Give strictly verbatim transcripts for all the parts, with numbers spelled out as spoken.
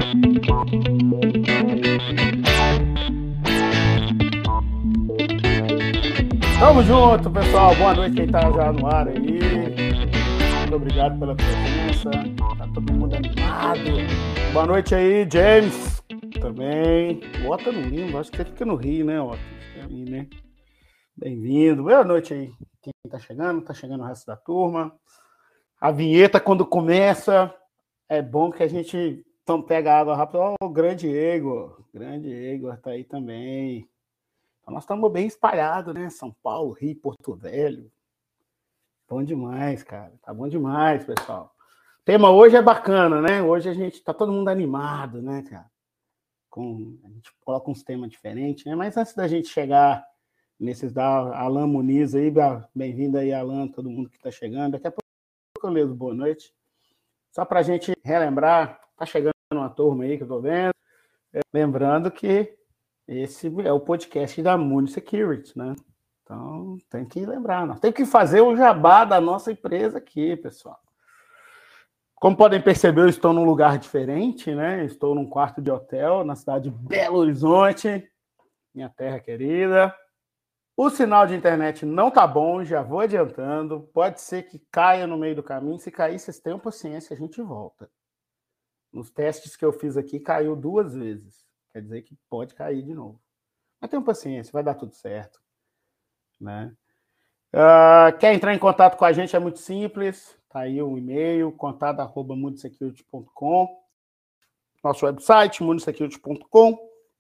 Tamo junto, pessoal. Boa noite quem tá já no ar aí. Muito obrigado pela presença. Tá todo mundo animado. Boa noite aí, James. Também. Bota no Limbo, acho que você fica no Rio, né, Otto? Aí, né? Bem-vindo. Boa noite aí. Quem tá chegando, tá chegando o resto da turma. A vinheta, quando começa, é bom que a gente então, pega a água rápido. Ó, o grande Igor. Grande Igor tá aí também. Nós estamos bem espalhados, né? São Paulo, Rio, Porto Velho. Bom demais, cara. Tá bom demais, pessoal. O tema hoje é bacana, né? Hoje a gente tá todo mundo animado, né, cara? Com, a gente coloca uns temas diferentes, né? Mas antes da gente chegar nesses da Alan Muniz aí, bem-vindo aí, Alan, todo mundo que tá chegando. Daqui a pouco eu leio boa noite. Só pra gente relembrar, tá chegando uma turma aí que eu tô vendo. Lembrando que esse é o podcast da Muni Security, né? Então, tem que lembrar. Nós temos que fazer o jabá da nossa empresa aqui, pessoal. Como podem perceber, eu estou num lugar diferente, né? Estou num quarto de hotel na cidade de Belo Horizonte, minha terra querida. O sinal de internet não tá bom, já vou adiantando. Pode ser que caia no meio do caminho. Se cair, vocês tenham paciência, a gente volta. Nos testes que eu fiz aqui, caiu duas vezes. Quer dizer que pode cair de novo. Mas tenham paciência, vai dar tudo certo. Né? Uh, quer entrar em contato com a gente? É muito simples. Tá aí o e-mail, contato arroba munisecurity ponto com. Nosso website, munisecurity ponto com.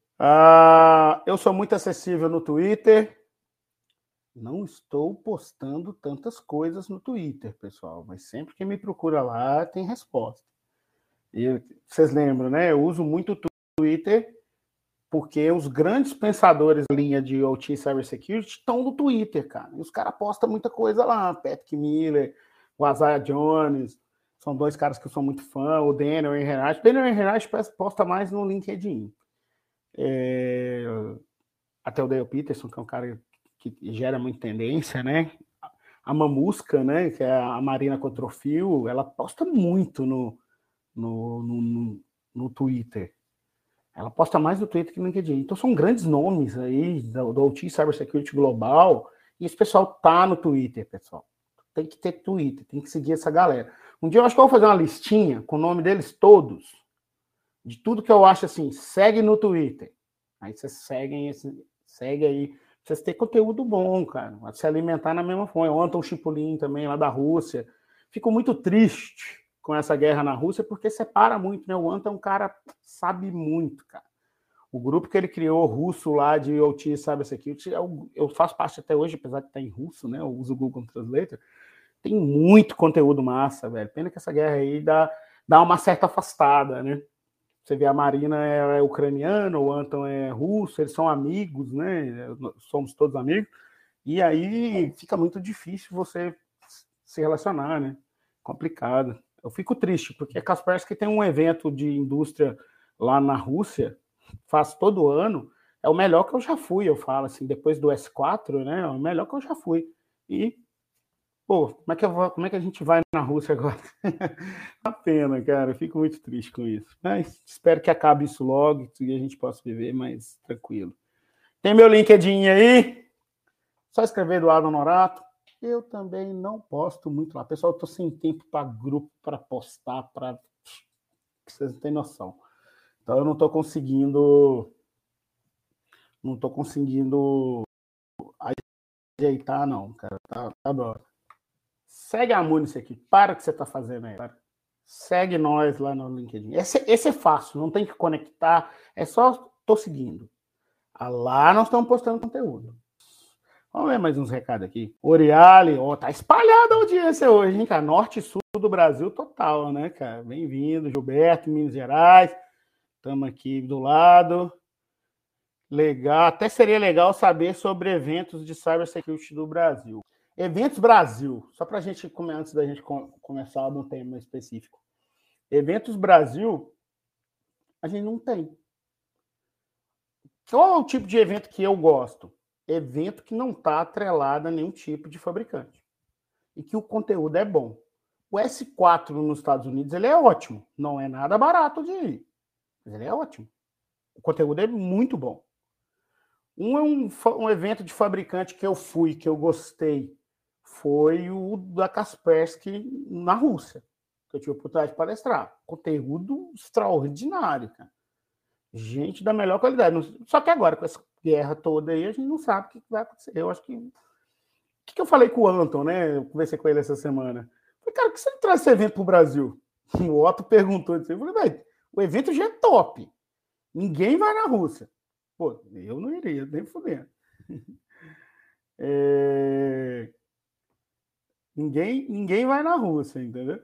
Uh, eu sou muito acessível no Twitter. Não estou postando tantas coisas no Twitter, pessoal. Mas sempre que me procura lá, tem resposta. E vocês lembram, né? Eu uso muito o Twitter porque os grandes pensadores da linha de O T Cybersecurity estão no Twitter, cara. E os caras postam muita coisa lá. Patrick Miller, o Isaiah Jones, são dois caras que eu sou muito fã. O Daniel Enright. O Daniel Enright posta mais no LinkedIn. É... Até o Dale Peterson, que é um cara que gera muita tendência, né? A Mamusca, né? Que é a Marina Cotrofil, ela posta muito no, no, no, no, no Twitter. Ela posta mais no Twitter que no LinkedIn. Então são grandes nomes aí do, do O T Cybersecurity Global. E esse pessoal tá no Twitter, pessoal. Tem que ter Twitter, tem que seguir essa galera. Um dia eu acho que eu vou fazer uma listinha com o nome deles todos. De tudo que eu acho assim, segue no Twitter. Aí vocês seguem esse, segue aí. Vocês têm conteúdo bom, cara. Vai se alimentar na mesma forma. O Anton Chipolin também, lá da Rússia. Fico muito triste com essa guerra na Rússia, porque separa muito, né? O Anton é um cara que sabe muito, cara. O grupo que ele criou, russo lá de O T Cybersecurity, eu, eu faço parte até hoje, apesar de estar em russo, né? Eu uso o Google Translator. Tem muito conteúdo massa, velho. Pena que essa guerra aí dá, dá uma certa afastada, né? Você vê, a Marina é, é ucraniana, o Anton é russo, eles são amigos, né? Somos todos amigos. E aí fica muito difícil você se relacionar, né? Complicado. Eu fico triste, porque a Kaspersky tem um evento de indústria lá na Rússia, faz todo ano, é o melhor que eu já fui, eu falo assim, depois do S quatro, né? É o melhor que eu já fui. E, pô, como é que, eu vou, como é que a gente vai na Rússia agora? Uma pena, cara, eu fico muito triste com isso. Mas espero que acabe isso logo e a gente possa viver mais tranquilo. Tem meu LinkedIn aí, só escrever Eduardo Norato. Eu também não posto muito lá. Pessoal, eu tô sem tempo para grupo, para postar, para... Vocês não têm noção. Então, eu não tô conseguindo... Não tô conseguindo ajeitar, não, cara. Tá, tá bom. Segue a Munice aqui. Para o que você tá fazendo aí, cara. Segue nós lá no LinkedIn. Esse, esse é fácil, não tem que conectar. É só tô seguindo. Lá nós estamos postando conteúdo. Vamos ver mais uns recados aqui. Oriale, ó, tá espalhada a audiência hoje, hein, cara? Norte e sul do Brasil total, né, cara? Bem-vindo, Gilberto, Minas Gerais. Estamos aqui do lado. Legal. Até seria legal saber sobre eventos de cybersecurity do Brasil. Eventos Brasil, só para a gente, antes da gente começar no tema específico. Eventos Brasil, a gente não tem. Qual é o tipo de evento que eu gosto? Evento que não está atrelado a nenhum tipo de fabricante. E que o conteúdo é bom. O S quatro nos Estados Unidos ele é ótimo. Não é nada barato de ir. mas ele é ótimo. O conteúdo é muito bom. Um é um, um evento de fabricante que eu fui, que eu gostei, foi o da Kaspersky na Rússia, que eu tive a oportunidade de palestrar. Conteúdo extraordinário, cara. Gente da melhor qualidade. Só que agora, com essa guerra toda aí, a gente não sabe o que vai acontecer. Eu acho que... O que eu falei com o Anton, né? Eu conversei com ele essa semana. Eu falei, cara, por que você não traz esse evento pro Brasil? O Otto perguntou isso. Eu falei, velho, o evento já é top. Ninguém vai na Rússia. Pô, eu não iria, nem fudendo. É... Ninguém, ninguém vai na Rússia, entendeu?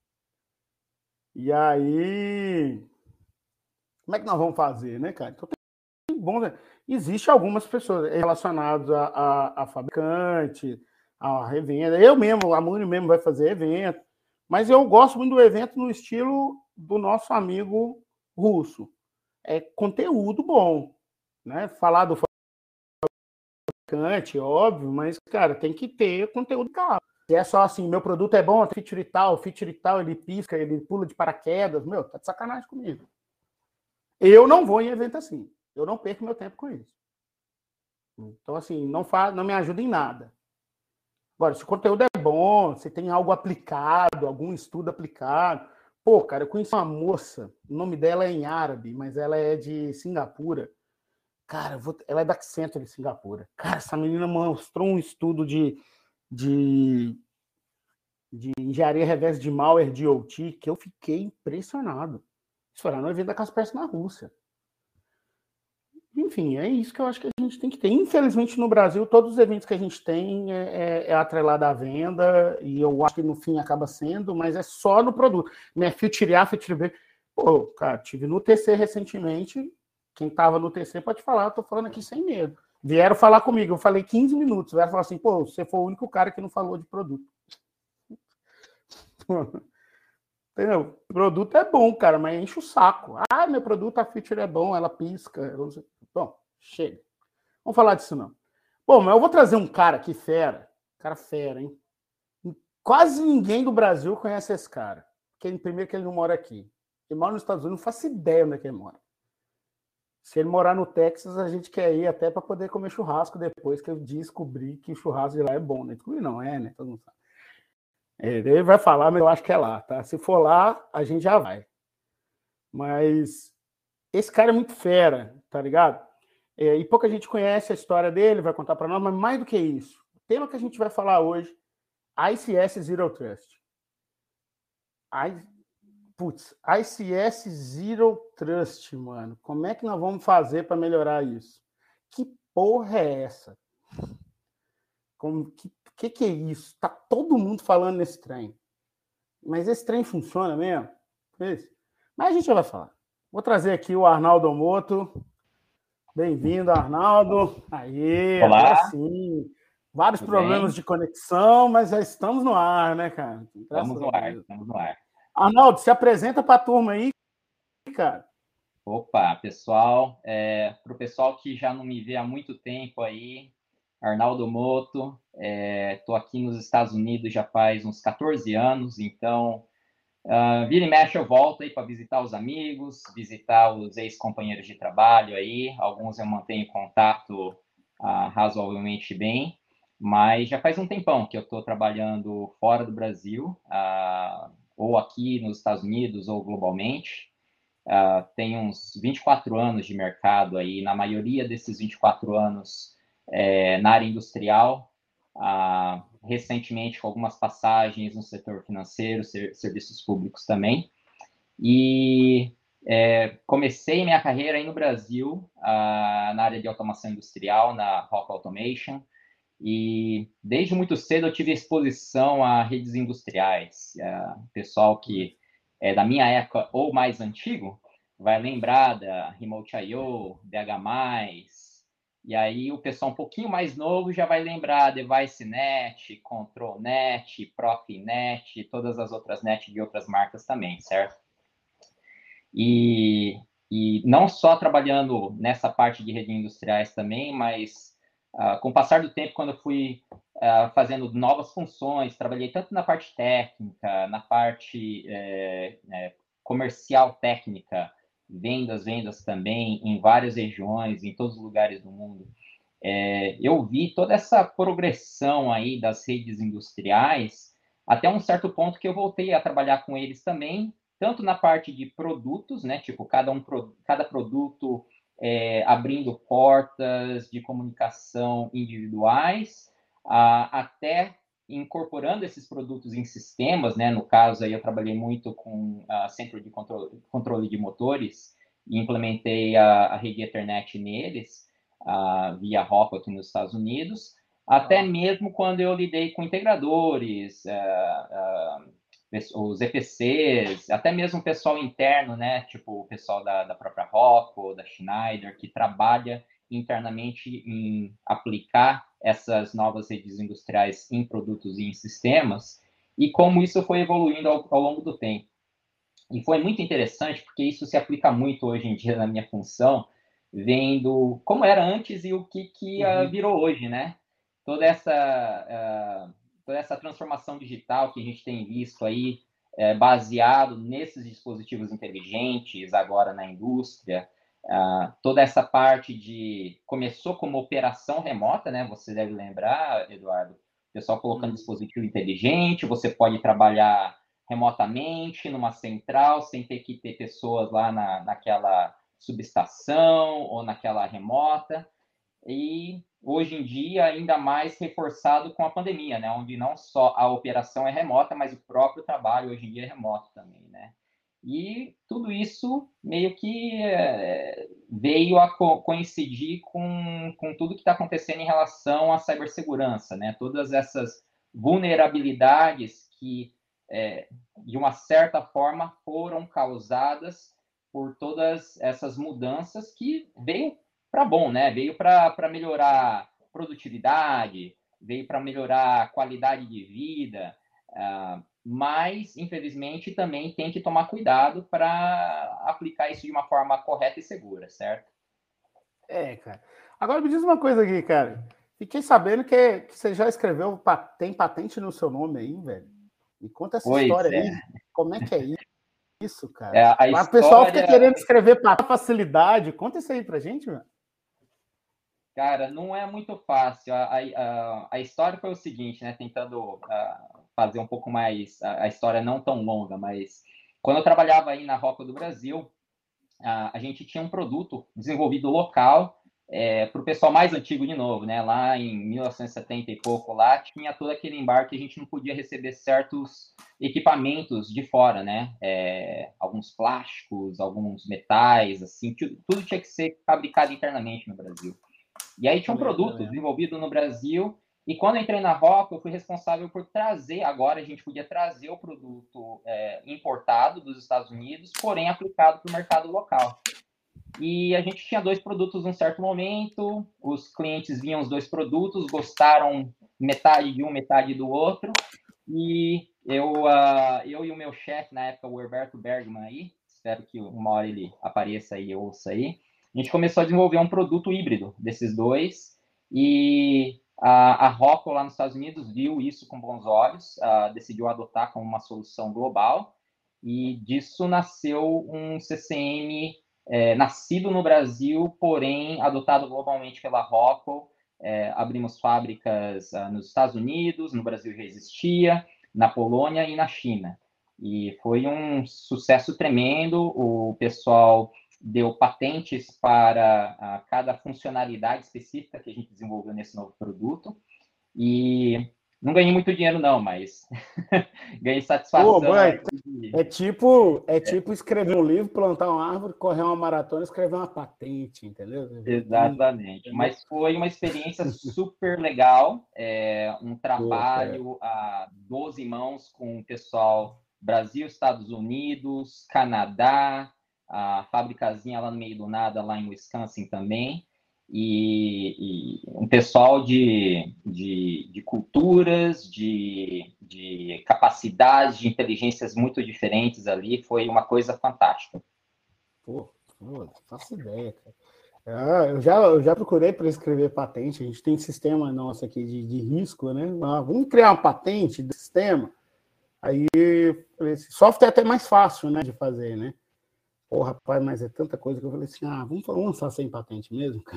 E aí... Como é que nós vamos fazer, né, cara? Então tem bom, né? Existem algumas pessoas relacionadas a, a, a fabricante, a revenda. Eu mesmo, a Muni mesmo vai fazer evento. Mas eu gosto muito do evento no estilo do nosso amigo russo. É conteúdo bom, né? Falar do fabricante, óbvio, mas, cara, tem que ter conteúdo caro. Se é só assim, meu produto é bom, feature e tal, feature e tal, ele pisca, ele pula de paraquedas, meu, tá de sacanagem comigo. Eu não vou em evento assim. Eu não perco meu tempo com isso. Então, assim, não, faz, não me ajuda em nada. Agora, se o conteúdo é bom, se tem algo aplicado, algum estudo aplicado. Pô, cara, eu conheci uma moça, o nome dela é em árabe, mas ela é de Singapura. Cara, vou, ela é da Accenture de Singapura. Cara, essa menina mostrou um estudo de, de, de engenharia reversa de malware de O T que eu fiquei impressionado. Isso foi lá no evento da Kaspersky na Rússia. Enfim, é isso que eu acho que a gente tem que ter. Infelizmente, no Brasil, todos os eventos que a gente tem é, é, é atrelado à venda, e eu acho que no fim acaba sendo, mas é só no produto. Né? Feature A, Feature B. Pô, cara, tive no T C recentemente. Quem estava no T C pode falar, eu tô falando aqui sem medo. Vieram falar comigo, eu falei quinze minutos. Vieram falar assim, pô, você foi o único cara que não falou de produto. Entendeu? O produto é bom, cara, mas enche o saco. Ah, meu produto, a feature é bom, ela pisca. Bom, chega. Vamos falar disso, não. Bom, mas eu vou trazer um cara aqui, fera. Cara fera, hein? Quase ninguém do Brasil conhece esse cara. Porque, primeiro que ele não mora aqui. Ele mora nos Estados Unidos, não faço ideia onde é que ele mora. Se ele morar no Texas, a gente quer ir até para poder comer churrasco depois, que eu descobri que o churrasco de lá é bom, né? Descobri não, é, né? Todo mundo sabe. Ele vai falar, mas eu acho que é lá, tá? Se for lá, a gente já vai. Mas esse cara é muito fera, tá ligado? É, e pouca gente conhece a história dele, vai contar para nós, mas mais do que isso, o tema que a gente vai falar hoje, I C S Zero Trust. I, putz, I C S Zero Trust, mano. Como é que nós vamos fazer para melhorar isso? Que porra é essa? Como, que, que que é isso? Tá todo mundo falando nesse trem. Mas esse trem funciona mesmo? Mas a gente já vai falar. Vou trazer aqui o Arnaldo Moto. Bem-vindo, Arnaldo. Aí, Olá. Agora sim. Vários Tudo problemas bem? de conexão, mas já estamos no ar, né, cara? Estamos no ar, estamos no ar. Arnaldo, se apresenta para a turma aí, cara. Opa, pessoal, é, para o pessoal que já não me vê há muito tempo aí, Arnaldo Moto, estou é, aqui nos Estados Unidos já faz uns quatorze anos, então uh, vira e mexe eu volto aí para visitar os amigos, visitar os ex-companheiros de trabalho aí, alguns eu mantenho contato uh, razoavelmente bem, mas já faz um tempão que eu estou trabalhando fora do Brasil, uh, ou aqui nos Estados Unidos ou globalmente. Uh, tem uns vinte e quatro anos de mercado aí, na maioria desses vinte e quatro anos é, na área industrial, uh, recentemente com algumas passagens no setor financeiro, ser, serviços públicos também. E é, comecei minha carreira aí no Brasil, uh, na área de automação industrial, na Rock Automation, e desde muito cedo eu tive exposição a redes industriais. Uh, pessoal que é da minha época ou mais antigo, vai lembrar da Remote I O, D H mais, e aí o pessoal um pouquinho mais novo já vai lembrar DeviceNet, ControlNet, Profinet, todas as outras net de outras marcas também, certo? E, e não só trabalhando nessa parte de redes industriais também, mas uh, com o passar do tempo, quando eu fui uh, fazendo novas funções, trabalhei tanto na parte técnica, na parte é, é, comercial técnica vendas, vendas também, em várias regiões, em todos os lugares do mundo. É, eu vi toda essa progressão aí das redes industriais, até um certo ponto que eu voltei a trabalhar com eles também, tanto na parte de produtos, né, tipo, cada, um, cada produto é, abrindo portas de comunicação individuais, a, até incorporando esses produtos em sistemas, né, no caso aí eu trabalhei muito com a centro de controle, controle de motores e implementei a, a rede Ethernet neles, a, via Rockwell aqui nos Estados Unidos, até ah. mesmo quando eu lidei com integradores, uh, uh, os E P Cs, até mesmo o pessoal interno, né, tipo o pessoal da, da própria Rockwell, da Schneider, que trabalha internamente em aplicar essas novas redes industriais em produtos e em sistemas, e como isso foi evoluindo ao, ao longo do tempo. E foi muito interessante, porque isso se aplica muito hoje em dia na minha função, vendo como era antes e o que, que uh, virou hoje, né? Toda essa, uh, toda essa transformação digital que a gente tem visto aí, uh, baseado nesses dispositivos inteligentes, agora na indústria, uh, toda essa parte de... Começou como operação remota, né? Você deve lembrar, Eduardo, o pessoal colocando uhum. dispositivo inteligente, você pode trabalhar remotamente, numa central, sem ter que ter pessoas lá na, naquela subestação ou naquela remota. E hoje em dia, ainda mais reforçado com a pandemia, né? Onde não só a operação é remota, mas o próprio trabalho hoje em dia é remoto também, né? E tudo isso meio que é, veio a co coincidir com, com tudo que está acontecendo em relação à cibersegurança, né? Todas essas vulnerabilidades que É, de uma certa forma, foram causadas por todas essas mudanças que veio para bom, né? Veio para melhorar produtividade, veio para melhorar a qualidade de vida, uh, mas, infelizmente, também tem que tomar cuidado para aplicar isso de uma forma correta e segura, certo? É, cara. Agora me diz uma coisa aqui, cara. Fiquei sabendo que, que você já escreveu, tem patente no seu nome aí, velho. Me conta essa pois história é. aí. Como é que é isso, cara? É, a o história... pessoal fica querendo escrever para facilidade. Conta isso aí pra gente, mano. Cara, não é muito fácil. A, a, a história foi o seguinte, né? Tentando uh, fazer um pouco mais... A, a história não tão longa, mas... Quando eu trabalhava aí na Rockwell do Brasil, uh, a gente tinha um produto desenvolvido local é, para o pessoal mais antigo de novo, né? Lá em mil novecentos e setenta e pouco, lá tinha todo aquele embarque, a gente não podia receber certos equipamentos de fora, né? É, alguns plásticos, alguns metais, assim, tudo tinha que ser fabricado internamente no Brasil. E aí tinha um produto desenvolvido no Brasil, e quando eu entrei na Rockwell, eu fui responsável por trazer, agora a gente podia trazer o produto é, importado dos Estados Unidos, porém aplicado para o mercado local. E a gente tinha dois produtos num certo momento, os clientes viam os dois produtos, gostaram metade de um, metade do outro, e eu, uh, eu e o meu chefe, na época, o Herberto Bergman aí, espero que uma hora ele apareça aí e ouça aí, a gente começou a desenvolver um produto híbrido desses dois, e a, a Rockwell lá nos Estados Unidos viu isso com bons olhos, uh, decidiu adotar como uma solução global, e disso nasceu um C C M É, nascido no Brasil, porém adotado globalmente pela Rockwell. É, abrimos fábricas uh, nos Estados Unidos, no Brasil já existia, na Polônia e na China. E foi um sucesso tremendo, o pessoal deu patentes para uh, cada funcionalidade específica que a gente desenvolveu nesse novo produto. E não ganhei muito dinheiro não, mas ganhei satisfação. Pô, mãe, é tipo, é tipo escrever um livro, plantar uma árvore, correr uma maratona e escrever uma patente, entendeu? Exatamente. Mas foi uma experiência super legal, é, um trabalho Pô, a doze mãos com o pessoal Brasil, Estados Unidos, Canadá, a fabricazinha lá no meio do nada, lá em Wisconsin também. E, e um pessoal de, de, de culturas, de, de capacidades, de inteligências muito diferentes ali, foi uma coisa fantástica. Pô, não faço ideia, cara. Ah, eu, já, eu já procurei para escrever patente, a gente tem sistema nosso aqui de, de risco, né? Ah, vamos criar uma patente do sistema. Aí, esse software é até mais fácil, né, de fazer, né? Pô, rapaz, mas é tanta coisa que eu falei assim, ah, vamos, vamos lançar sem patente mesmo, cara?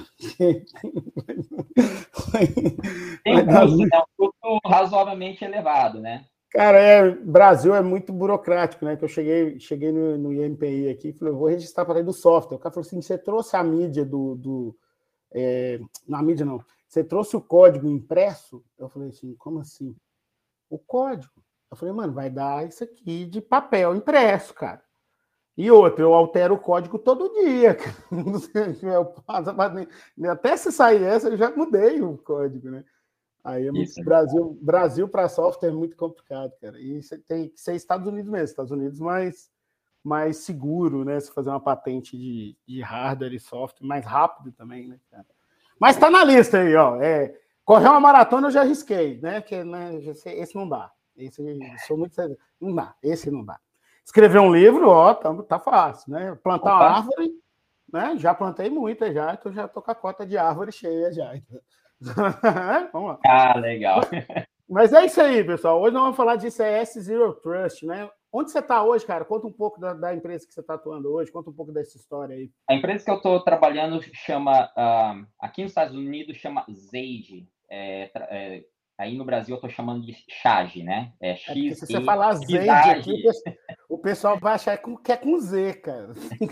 Tem um custo, né? Um custo razoavelmente elevado, né? Cara, é, Brasil é muito burocrático, né? Que eu cheguei, cheguei no, no I M P I aqui e falei, eu vou registrar para do software. O cara falou assim, você trouxe a mídia do... do é, não, a mídia não. Você trouxe o código impresso? Eu falei assim, como assim? O código. Eu falei, mano, vai dar isso aqui de papel impresso, cara. E outro, eu altero o código todo dia. Eu, até se sair essa, eu já mudei o código, né? Aí é muito, Brasil, Brasil para software é muito complicado, cara. E você tem que ser Estados Unidos mesmo, Estados Unidos mais, mais seguro, né? Se fazer uma patente de, de hardware e software, mais rápido também, né, cara? Mas tá na lista aí, ó. É, correr uma maratona eu já arrisquei, né? Que, né esse não dá. Esse, sou muito. Não dá, esse não dá. Escrever um livro, ó, tá, tá fácil, né? Plantar Opa. uma árvore, né? Já plantei muita já, então já tô com a cota de árvore cheia já. Vamos lá. Ah, legal. Mas é isso aí, pessoal. Hoje nós vamos falar de C S Zero Trust, né? Onde você está hoje, cara? Conta um pouco da, da empresa que você está atuando hoje, conta um pouco dessa história aí. A empresa que eu estou trabalhando chama, uh, aqui nos Estados Unidos, chama Zage. É, é, aí no Brasil eu estou chamando de Chage, né? É, X, é porque se você falar Zage aqui, o pessoal vai achar que é com Z, cara.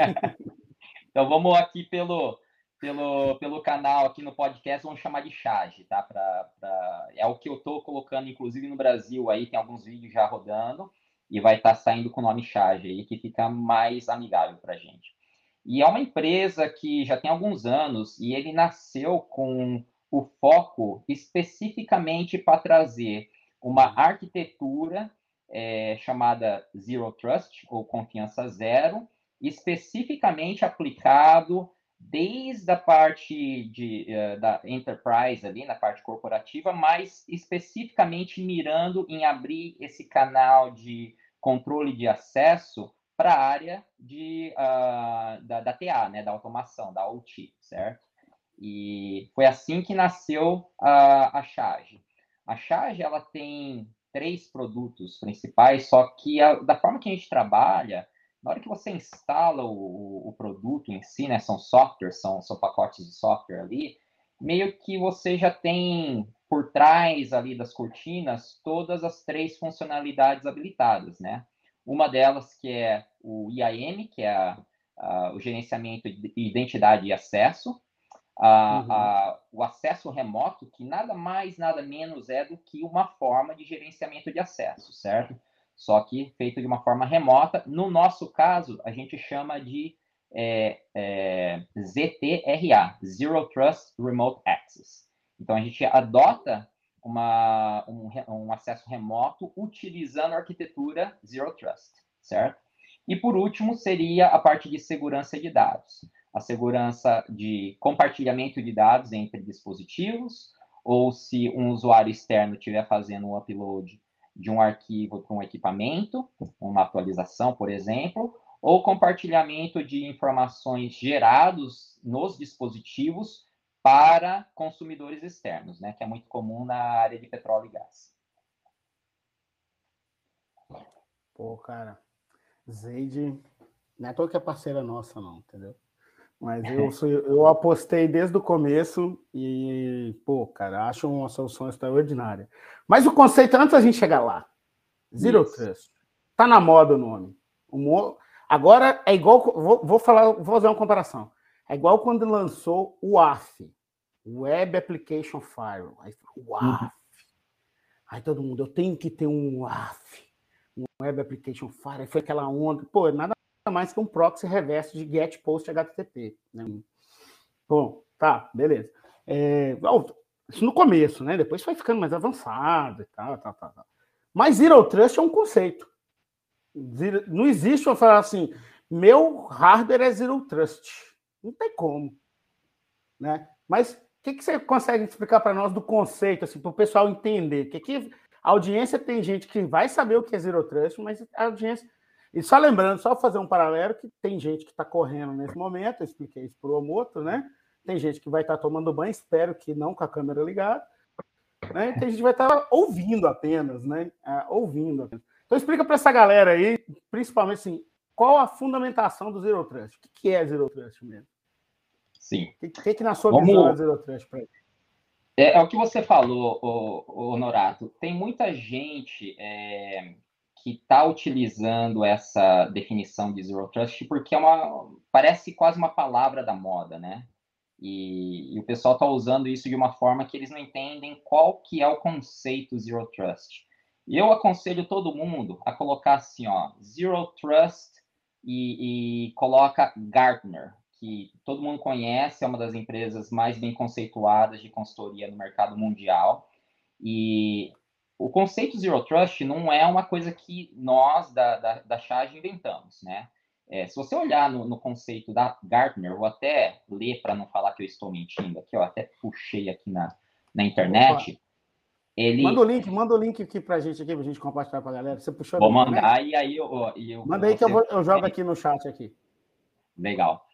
Então vamos aqui pelo... Pelo, pelo canal aqui no podcast, vamos chamar de Chage, tá? Pra, pra... É o que eu estou colocando, inclusive, no Brasil. Aí tem alguns vídeos já rodando e vai estar tá saindo com o nome Chage aí, que fica mais amigável para a gente. E é uma empresa que já tem alguns anos e ele nasceu com o foco especificamente para trazer uma arquitetura é, chamada Zero Trust, ou Confiança Zero, especificamente aplicado desde a parte de, uh, da enterprise ali, na parte corporativa, mas especificamente mirando em abrir esse canal de controle de acesso para a área de, uh, da, da T A, né, da automação, da O T, certo? E foi assim que nasceu a, a Chage. A Chage, ela tem três produtos principais, só que a, da forma que a gente trabalha, na hora que você instala o, o produto em si, né, são softwares, são, são pacotes de software ali, meio que você já tem por trás ali das cortinas todas as três funcionalidades habilitadas, né? Uma delas que é o I A M, que é a, a, o gerenciamento de identidade e acesso, a, uhum. a, o acesso remoto, que nada mais, nada menos é do que uma forma de gerenciamento de acesso, certo? Só que feito de uma forma remota. No nosso caso, a gente chama de é, é, Z T R A, Zero Trust Remote Access. Então, a gente adota uma, um, um acesso remoto utilizando a arquitetura Zero Trust, certo? E, por último, seria a parte de segurança de dados. A segurança de compartilhamento de dados entre dispositivos, ou se um usuário externo estiver fazendo um upload de um arquivo para um equipamento, uma atualização, por exemplo, ou compartilhamento de informações gerados nos dispositivos para consumidores externos, né, que é muito comum na área de petróleo e gás. Pô, cara, Zade, não é toa que é parceira nossa, não, entendeu? Mas eu, sou, eu apostei desde o começo e, pô, cara, acho uma solução extraordinária. Mas o conceito, antes da gente chegar lá, Zero Isso. Trust, tá na moda o nome. O mo... Agora é igual, vou, vou falar, vou fazer uma comparação. É igual quando lançou o A F, Web Application Firewall. Aí, o A F. Uhum. Aí todo mundo, eu tenho que ter um A F, um Web Application Firewall. Aí foi aquela onda, pô, nada mais que um proxy reverso de GET POST H T T P. Né? Bom, tá, beleza. É, isso no começo, né? Depois foi ficando mais avançado e tal, tal, tal, tal. Mas Zero Trust é um conceito. Zero, não existe eu falar assim, meu hardware é Zero Trust. Não tem como. Né? Mas o que, que você consegue explicar para nós do conceito, assim, para o pessoal entender? Que aqui a audiência tem gente que vai saber o que é Zero Trust, mas a audiência... E só lembrando, só fazer um paralelo, que tem gente que está correndo nesse momento, eu expliquei isso para o Omoto, né? Tem gente que vai estar tá tomando banho, espero que não com a câmera ligada, né? Tem gente que vai estar tá ouvindo apenas, né? Ah, ouvindo apenas. Então explica para essa galera aí, principalmente assim, qual a fundamentação do Zero Trust? O que é Zero Trust mesmo? Sim. O que, que, na sua Vamos... visão, é Zero Trust para ele? É, é o que você falou, o, o Norato. Tem muita gente é, que está utilizando essa definição de Zero Trust porque é uma, parece quase uma palavra da moda, né? E, e o pessoal está usando isso de uma forma que eles não entendem qual que é o conceito Zero Trust. E eu aconselho todo mundo a colocar assim, ó, Zero Trust e, e coloca Gartner, que todo mundo conhece, é uma das empresas mais bem conceituadas de consultoria no mercado mundial. E o conceito Zero Trust não é uma coisa que nós, da, da, da Charge, inventamos, né? É, se você olhar no, no conceito da Gartner, vou até ler para não falar que eu estou mentindo aqui, ó, até puxei aqui na, na internet. Opa. Ele... Manda o link, manda o link aqui para a gente, aqui, para a gente compartilhar para a galera. Você puxou Vou na internet? mandar e aí eu... eu manda aí que eu, vou, eu jogo aqui no chat aqui. Legal.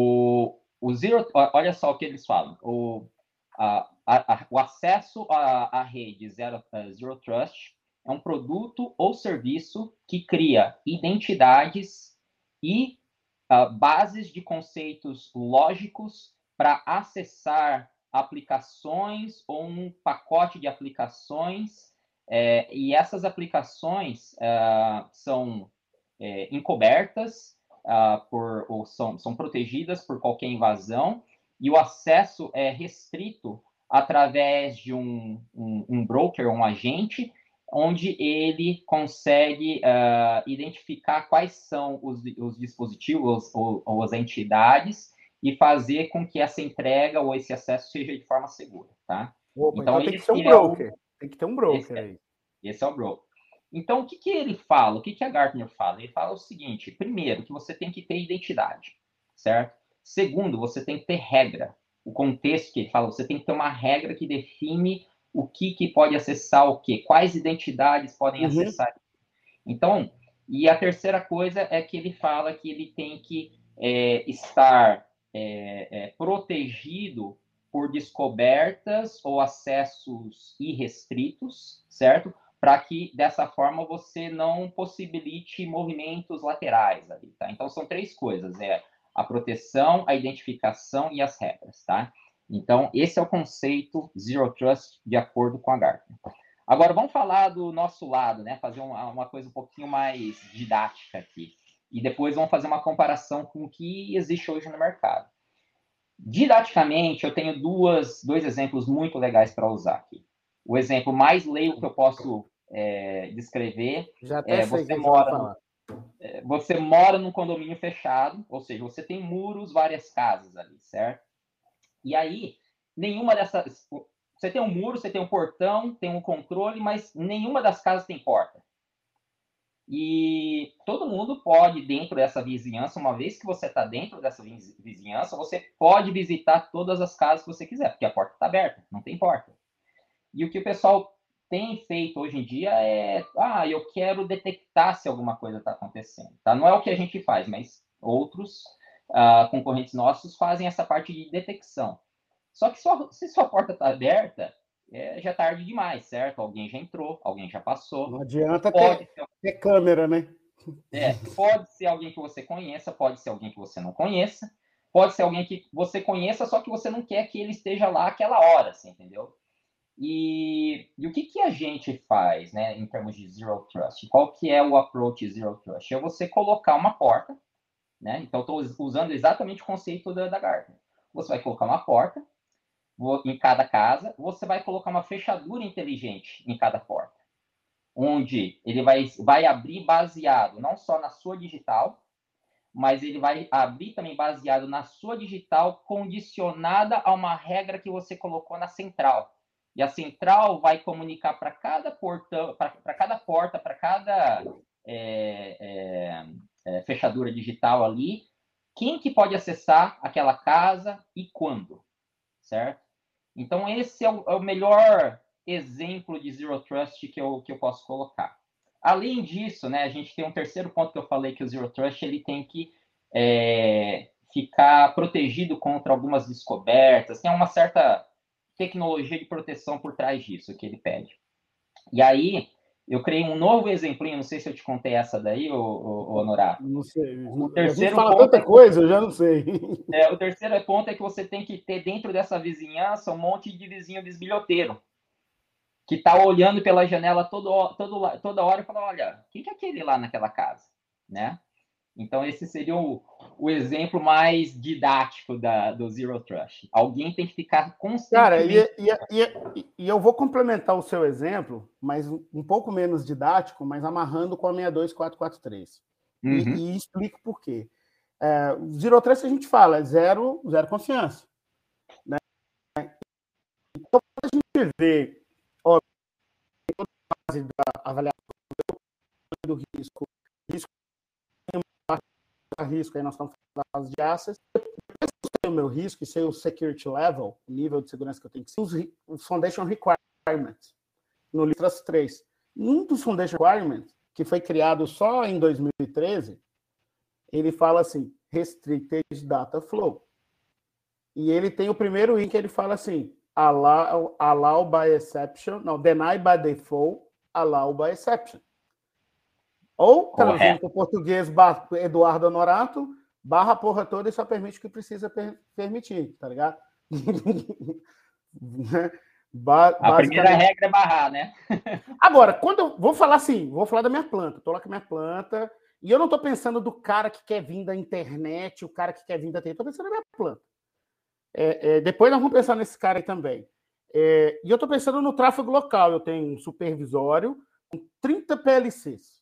O, o Zero, olha só o que eles falam. O, a, a, o acesso à, à rede Zero, Zero Trust é um produto ou serviço que cria identidades e uh, bases de conceitos lógicos para acessar aplicações ou um pacote de aplicações. É, e essas aplicações uh, são é, encobertas, Uh, por, ou são, são protegidas por qualquer invasão, e o acesso é restrito através de um, um, um broker, um agente, onde ele consegue uh, identificar quais são os, os dispositivos ou, ou as entidades e fazer com que essa entrega ou esse acesso seja de forma segura, tá? Opa, então, então tem que ser um broker. É o, tem que ter um broker esse, aí. Esse é o broker. Então, o que, que ele fala? O que, que a Gartner fala? Ele fala o seguinte: primeiro, que você tem que ter identidade, certo? Segundo, você tem que ter regra. O contexto que ele fala, você tem que ter uma regra que define o que, que pode acessar o quê, quais identidades podem uhum. acessar. Então, e a terceira coisa é que ele fala que ele tem que é, estar é, é, protegido por descobertas ou acessos irrestritos, certo? Para que, dessa forma, você não possibilite movimentos laterais ali, tá? Então, são três coisas, é a proteção, a identificação e as regras, tá? Então, esse é o conceito Zero Trust de acordo com a Gartner. Agora, vamos falar do nosso lado, né? Fazer uma, uma coisa um pouquinho mais didática aqui. E depois vamos fazer uma comparação com o que existe hoje no mercado. Didaticamente, eu tenho duas, dois exemplos muito legais para usar aqui. O exemplo mais leigo que eu posso é, descrever Já até é sei você que mora, você, no, é, você mora num condomínio fechado, ou seja, você tem muros, várias casas ali, certo? E aí, nenhuma dessas... Você tem um muro, você tem um portão, tem um controle, mas nenhuma das casas tem porta. E todo mundo pode, dentro dessa vizinhança, uma vez que você está dentro dessa vizinhança, você pode visitar todas as casas que você quiser, porque a porta está aberta, não tem porta. E o que o pessoal tem feito hoje em dia é, ah, eu quero detectar se alguma coisa está acontecendo. Tá? Não é o que a gente faz, mas outros uh, concorrentes nossos fazem essa parte de detecção. Só que só, se sua porta está aberta, é, já é tarde demais, certo? Alguém já entrou, alguém já passou. Não adianta pode ter, ter câmera, né? É, pode ser alguém que você conheça, pode ser alguém que você não conheça, pode ser alguém que você conheça, só que você não quer que ele esteja lá aquela hora, assim, entendeu? E, e o que, que a gente faz, né, em termos de Zero Trust? Qual que é o approach Zero Trust? É você colocar uma porta, né? Então, estou usando exatamente o conceito da, da Gartner. Você vai colocar uma porta em cada casa, você vai colocar uma fechadura inteligente em cada porta, onde ele vai, vai abrir baseado não só na sua digital, mas ele vai abrir também baseado na sua digital condicionada a uma regra que você colocou na central. E a central vai comunicar para cada portão, para cada porta, para cada é, é, é, fechadura digital ali, quem que pode acessar aquela casa e quando, certo? Então, esse é o, é o melhor exemplo de Zero Trust que eu, que eu posso colocar. Além disso, né, a gente tem um terceiro ponto que eu falei, que o Zero Trust ele tem que é, ficar protegido contra algumas descobertas, tem uma certa tecnologia de proteção por trás disso que ele pede. E aí, eu criei um novo exemplinho, não sei se eu te contei essa daí, ô, ô, ô Honorato. Não sei. O A gente terceiro fala ponto tanta é que, coisa, eu já não sei. é, o terceiro ponto é que você tem que ter dentro dessa vizinhança um monte de vizinho bisbilhoteiro, que está olhando pela janela todo, todo, toda hora e fala, olha, quem que é aquele lá naquela casa? Né? Então, esse seria o, o exemplo mais didático da, do Zero Trust. Alguém tem que ficar Cara, e, constantemente... e, e, e eu vou complementar o seu exemplo, mas um pouco menos didático, mas amarrando com a sessenta e dois mil quatrocentos e quarenta e três. Uhum. E, e explico por quê. É, o Zero Trust a gente fala, é zero, zero confiança. Né? Então, a gente vê, ó, a base da avaliação do risco, risco, risco, aí nós estamos falando da fase de assets. Depois que eu sei o meu risco e sei o security level, o nível de segurança que eu tenho que ser, os, os foundation requirements, no Litras três. Um dos foundation requirements, que foi criado só em dois mil e treze, ele fala assim, restricted data flow. E ele tem o primeiro item que ele fala assim, allow, allow by exception, não, deny by default, allow by exception. Ou, traduzindo para o português, Eduardo Honorato, barra a porra toda e só permite o que precisa per permitir, tá ligado? ba a primeira regra é barrar, né? Agora, quando eu vou falar assim, vou falar da minha planta, estou lá com a minha planta, e eu não estou pensando do cara que quer vir da internet, o cara que quer vir da T V, estou pensando na minha planta. É, é, depois nós vamos pensar nesse cara aí também. É, e eu estou pensando no tráfego local, eu tenho um supervisório com trinta P L Cs.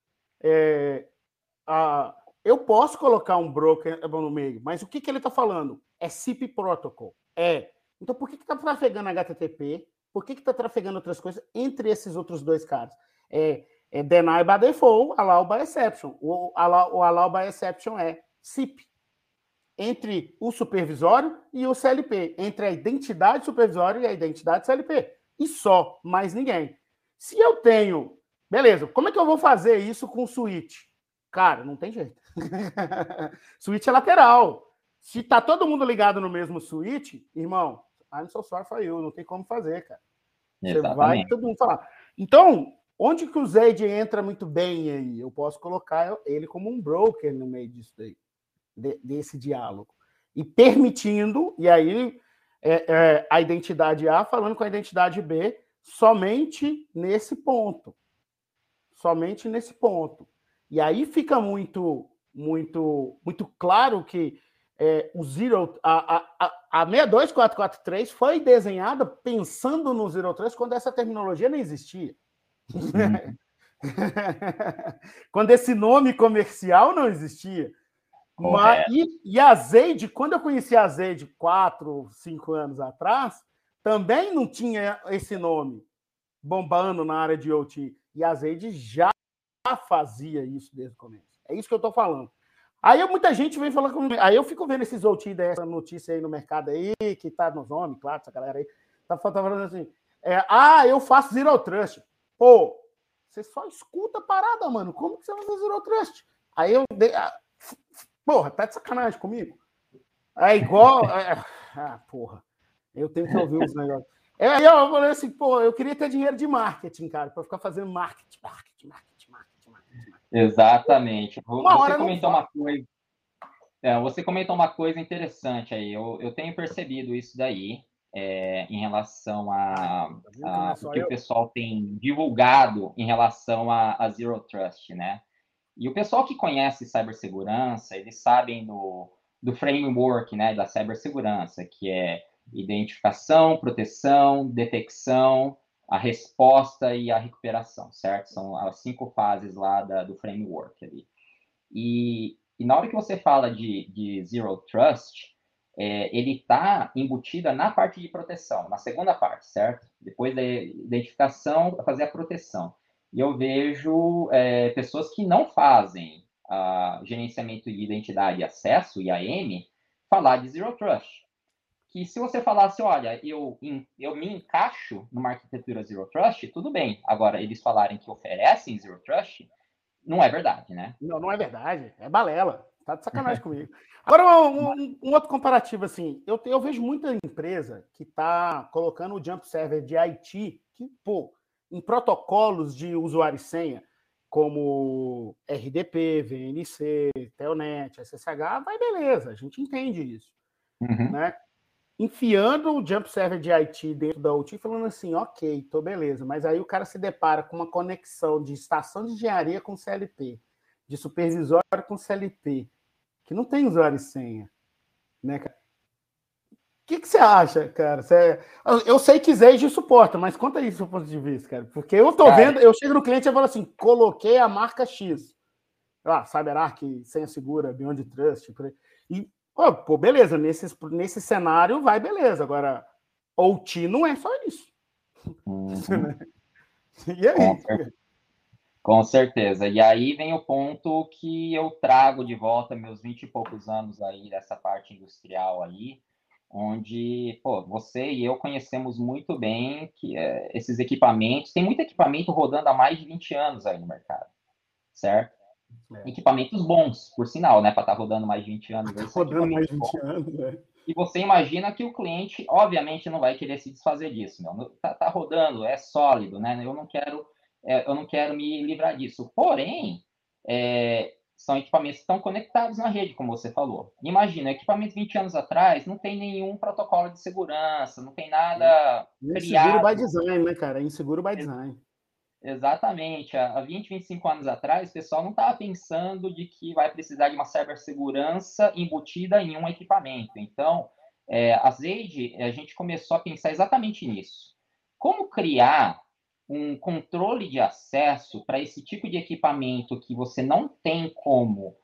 É, a, eu posso colocar um broker no meio, mas o que, que ele está falando? É S I P Protocol. É. Então, por que está trafegando H T T P? Por que está trafegando outras coisas entre esses outros dois caras? É, é deny by default, allow by exception. O allow, o allow by exception é S I P. Entre o supervisório e o C L P. Entre a identidade supervisória e a identidade C L P. E só, mais ninguém. Se eu tenho... Beleza, como é que eu vou fazer isso com o switch? Cara, não tem jeito. Switch é lateral. Se tá todo mundo ligado no mesmo switch, irmão, I'm so sorry for you, não tem como fazer, cara. Você Exatamente. vai todo mundo falar. Então, onde que o Zed entra muito bem aí? Eu posso colocar ele como um broker no meio disso daí, de, desse diálogo. E permitindo, e aí é, é, a identidade A falando com a identidade B somente nesse ponto. Somente nesse ponto. E aí fica muito, muito, muito claro que é, o Zero, a, a, a sessenta e dois mil quatrocentos e quarenta e três foi desenhada pensando no Zero Trust quando essa terminologia não existia. Uhum. Quando esse nome comercial não existia. Mas, e, e a Zade, quando eu conheci a Zade quatro, cinco anos atrás, também não tinha esse nome bombando na área de O T. E a Zade já fazia isso desde o começo. É isso que eu estou falando. Aí muita gente vem falando comigo. Aí eu fico vendo esses O T dessa notícia aí no mercado aí, que tá nos homens, claro, essa galera aí. Tá, tá falando assim. É, ah, eu faço Zero Trust. Pô, você só escuta a parada, mano. Como que você vai fazer Zero Trust? Aí eu. Porra, tá de sacanagem comigo? É igual. É... Ah, porra. Eu tenho que ouvir os negócios. Aí eu falei assim, pô, eu queria ter dinheiro de marketing, cara, para ficar fazendo marketing, marketing, marketing, marketing, marketing. Exatamente. Uma você comentou uma coisa. É, você comentou uma coisa interessante aí. Eu, eu tenho percebido isso daí é, em relação a, a o que eu. o pessoal tem divulgado em relação a, a Zero Trust, né? E o pessoal que conhece cibersegurança, eles sabem do, do framework, né, da cibersegurança, que é identificação, proteção, detecção, a resposta e a recuperação, certo? São as cinco fases lá da, do framework ali. E, e na hora que você fala de, de Zero Trust, é, ele está embutida na parte de proteção, na segunda parte, certo? Depois da identificação, fazer a proteção. E eu vejo é, pessoas que não fazem a gerenciamento de identidade e acesso, I A M, falar de Zero Trust. Que se você falasse, olha, eu, eu me encaixo numa arquitetura Zero Trust, tudo bem. Agora, eles falarem que oferecem Zero Trust, não é verdade, né? Não, não é verdade. É balela. Tá de sacanagem comigo. Agora, um, um, um outro comparativo, assim. Eu, eu vejo muita empresa que tá colocando o Jump Server de I T, que, pô, em protocolos de usuário e senha, como R D P, V N C, Telnet, S S H, vai beleza, a gente entende isso. Uhum. Né? Enfiando o Jump Server de I T dentro da O T, falando assim, ok, tô beleza, mas aí o cara se depara com uma conexão de estação de engenharia com C L P, de supervisório com C L P, que não tem usuário e senha, né, cara? O que, que você acha, cara? Você... Eu sei que Zage suporta, mas conta aí do seu ponto de vista, cara. Porque eu tô cara, vendo, eu chego no cliente e falo assim, coloquei a marca X. Ah, CyberArk, senha segura, Beyond Trust. E, pô, pô, beleza, nesse, nesse cenário vai beleza. Agora, O T não é só isso. Uhum. E aí? Com certeza. Com certeza. E aí vem o ponto que eu trago de volta meus vinte e poucos anos aí dessa parte industrial aí, onde, pô, você e eu conhecemos muito bem que é, esses equipamentos, tem muito equipamento rodando há mais de vinte anos aí no mercado, certo? É. Equipamentos bons, por sinal, né, para estar tá rodando mais de vinte anos. Aí, rodando mais de vinte anos, né? E você imagina que o cliente, obviamente, não vai querer se desfazer disso, meu. Tá, tá rodando, é sólido, né? Eu não quero, é, eu não quero me livrar disso. Porém, é, são equipamentos que estão conectados na rede, como você falou. Imagina, equipamento vinte anos atrás não tem nenhum protocolo de segurança, não tem nada é criado. Inseguro by design, né, cara? É inseguro by design. Exatamente. Há vinte, vinte e cinco anos atrás, o pessoal não estava pensando de que vai precisar de uma cibersegurança embutida em um equipamento. Então, é, a Zade, a gente começou a pensar exatamente nisso. Como criar um controle de acesso para esse tipo de equipamento que você não tem como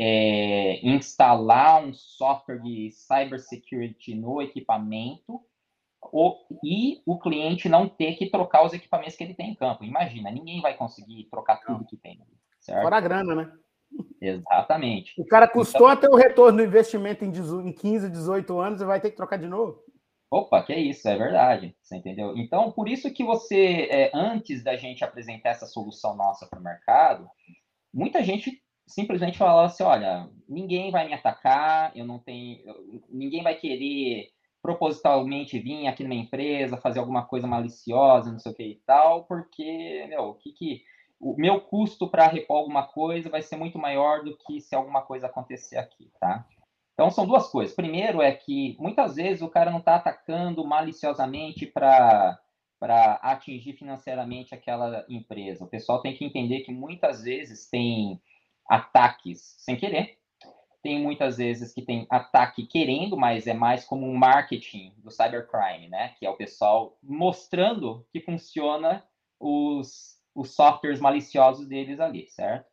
é, instalar um software de cybersecurity no equipamento, O, e o cliente não ter que trocar os equipamentos que ele tem em campo. Imagina, ninguém vai conseguir trocar tudo que tem, certo? Fora a grana, né? Exatamente. O cara custou então, até o retorno do investimento em quinze, dezoito anos e vai ter que trocar de novo. Opa, que é isso, é verdade, você entendeu? Então, por isso que você, é, antes da gente apresentar essa solução nossa para o mercado, muita gente simplesmente falava assim, olha, ninguém vai me atacar, eu não tenho, eu, ninguém vai querer propositalmente vir aqui na minha empresa, fazer alguma coisa maliciosa, não sei o que e tal, porque, meu, o que que... O meu custo para repor alguma coisa vai ser muito maior do que se alguma coisa acontecer aqui, tá? Então, são duas coisas. Primeiro é que, muitas vezes, o cara não está atacando maliciosamente para para atingir financeiramente aquela empresa. O pessoal tem que entender que, muitas vezes, tem ataques sem querer, tem muitas vezes que tem ataque querendo, mas é mais como um marketing do cybercrime, né? Que é o pessoal mostrando que funciona os, os softwares maliciosos deles ali, certo?